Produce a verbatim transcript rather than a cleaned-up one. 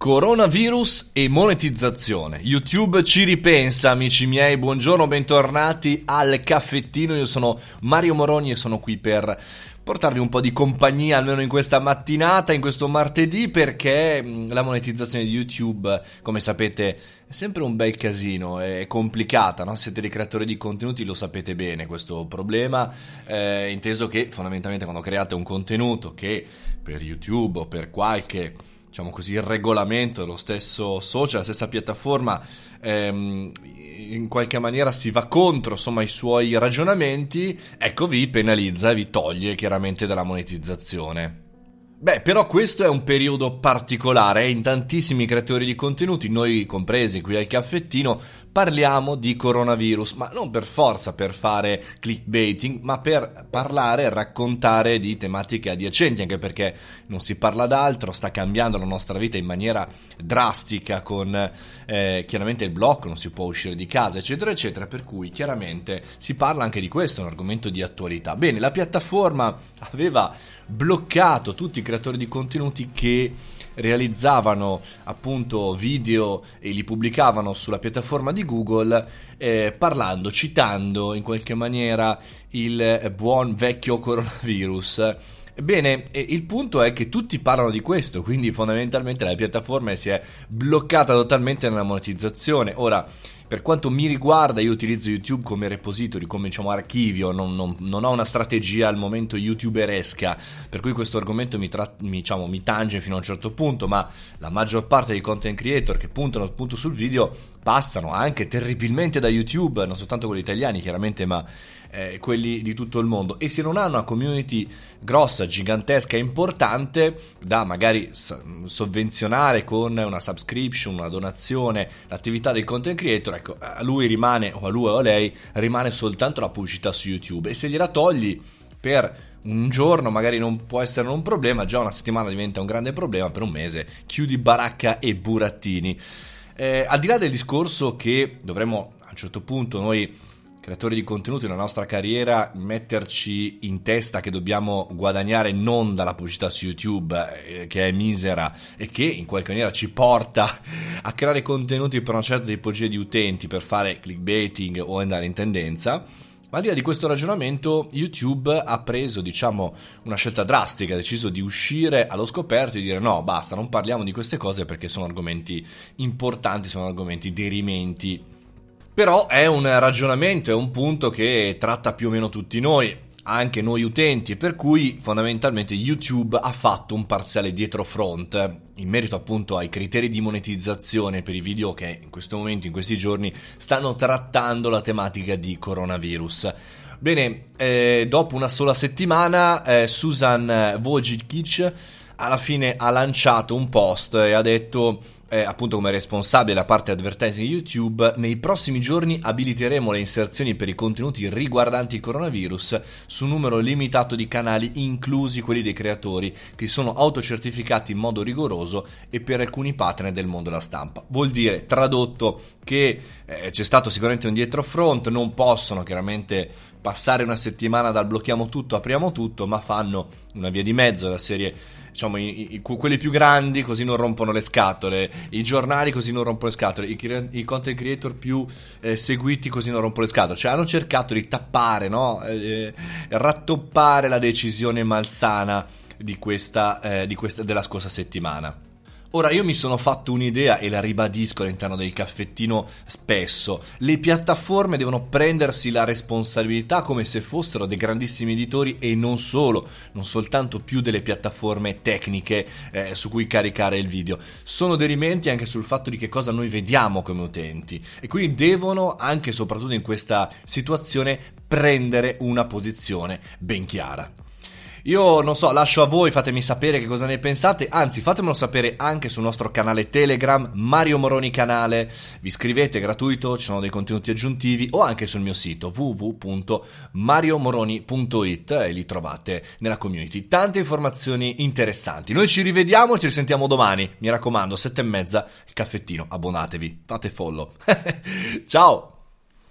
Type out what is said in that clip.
Coronavirus e monetizzazione. YouTube ci ripensa, amici miei. Buongiorno, bentornati al caffettino. Io sono Mario Moroni e sono qui per portarvi un po' di compagnia, almeno in questa mattinata, in questo martedì, perché la monetizzazione di YouTube, come sapete, è sempre un bel casino, è complicata, no? Siete dei creatori di contenuti, lo sapete bene questo problema, eh, inteso che fondamentalmente quando create un contenuto che per YouTube o per qualche, diciamo così, il regolamento dello stesso social, la stessa piattaforma, ehm, in qualche maniera si va contro, insomma, i suoi ragionamenti, ecco, vi penalizza e vi toglie chiaramente dalla monetizzazione. Beh, però questo è un periodo particolare, eh? In tantissimi creatori di contenuti, noi compresi qui al caffettino, parliamo di coronavirus, ma non per forza per fare clickbaiting, ma per parlare e raccontare di tematiche adiacenti, anche perché non si parla d'altro, sta cambiando la nostra vita in maniera drastica con eh, chiaramente il blocco, non si può uscire di casa, eccetera, eccetera, per cui chiaramente si parla anche di questo, è un argomento di attualità. Bene, la piattaforma aveva bloccato tutti i creatori di contenuti che realizzavano appunto video e li pubblicavano sulla piattaforma di Google, eh, parlando, citando in qualche maniera il buon vecchio coronavirus. Ebbene, il punto è che tutti parlano di questo, quindi fondamentalmente la piattaforma si è bloccata totalmente nella monetizzazione. Ora, per quanto mi riguarda, io utilizzo YouTube come repository, come diciamo archivio, non, non, non ho una strategia al momento youtuberesca, per cui questo argomento mi, tra, mi, diciamo, mi tange fino a un certo punto, ma la maggior parte dei content creator che puntano appunto sul video passano anche terribilmente da YouTube, non soltanto quelli italiani chiaramente, ma eh, quelli di tutto il mondo, e se non hanno una community grossa, gigantesca e importante da magari sovvenzionare con una subscription, una donazione, l'attività del content creator, ecco, a lui rimane, o a lui o a lei rimane soltanto la pubblicità su YouTube, e se gliela togli per un giorno magari non può essere un problema, già una settimana diventa un grande problema, per un mese chiudi baracca e burattini. Eh, al di là del discorso che dovremmo a un certo punto noi creatori di contenuti nella nostra carriera metterci in testa che dobbiamo guadagnare non dalla pubblicità su YouTube, eh, che è misera e che in qualche maniera ci porta a creare contenuti per una certa tipologia di utenti, per fare clickbaiting o andare in tendenza. Ma al di là di questo ragionamento, YouTube ha preso, diciamo, una scelta drastica, ha deciso di uscire allo scoperto e di dire no, basta, non parliamo di queste cose perché sono argomenti importanti, sono argomenti dirimenti. Però è un ragionamento, è un punto che tratta più o meno tutti noi, anche noi utenti, per cui fondamentalmente YouTube ha fatto un parziale dietrofront in merito appunto ai criteri di monetizzazione per i video che in questo momento, in questi giorni, stanno trattando la tematica di coronavirus. Bene, eh, dopo una sola settimana eh, Susan Wojcicki alla fine ha lanciato un post e ha detto, eh, appunto come responsabile della parte advertising YouTube: nei prossimi giorni abiliteremo le inserzioni per i contenuti riguardanti il coronavirus su un numero limitato di canali, inclusi quelli dei creatori che sono autocertificati in modo rigoroso, e per alcuni partner del mondo della stampa. Vuol dire, tradotto, che eh, c'è stato sicuramente un dietrofront, non possono chiaramente passare una settimana dal blocchiamo tutto, apriamo tutto, ma fanno una via di mezzo, la serie, diciamo, i, i, quelli più grandi così non rompono le scatole, i giornali così non rompono le scatole, i, i content creator più eh, seguiti così non rompono le scatole. Cioè hanno cercato di tappare, no? eh, rattoppare la decisione malsana di questa, eh, di questa della scorsa settimana. Ora, io mi sono fatto un'idea e la ribadisco all'interno del caffettino spesso: le piattaforme devono prendersi la responsabilità come se fossero dei grandissimi editori, e non solo, non soltanto più delle piattaforme tecniche eh, su cui caricare il video. Sono derimenti anche sul fatto di che cosa noi vediamo come utenti, e quindi devono, anche e soprattutto in questa situazione, prendere una posizione ben chiara. Io non so, lascio a voi, fatemi sapere che cosa ne pensate, anzi fatemelo sapere anche sul nostro canale Telegram, Mario Moroni Canale, vi iscrivete, gratuito, ci sono dei contenuti aggiuntivi, o anche sul mio sito w w w punto mario moroni punto i t e lì trovate nella community tante informazioni interessanti. Noi ci rivediamo e ci risentiamo domani, mi raccomando, sette e mezza, il caffettino, abbonatevi, fate follow. Ciao!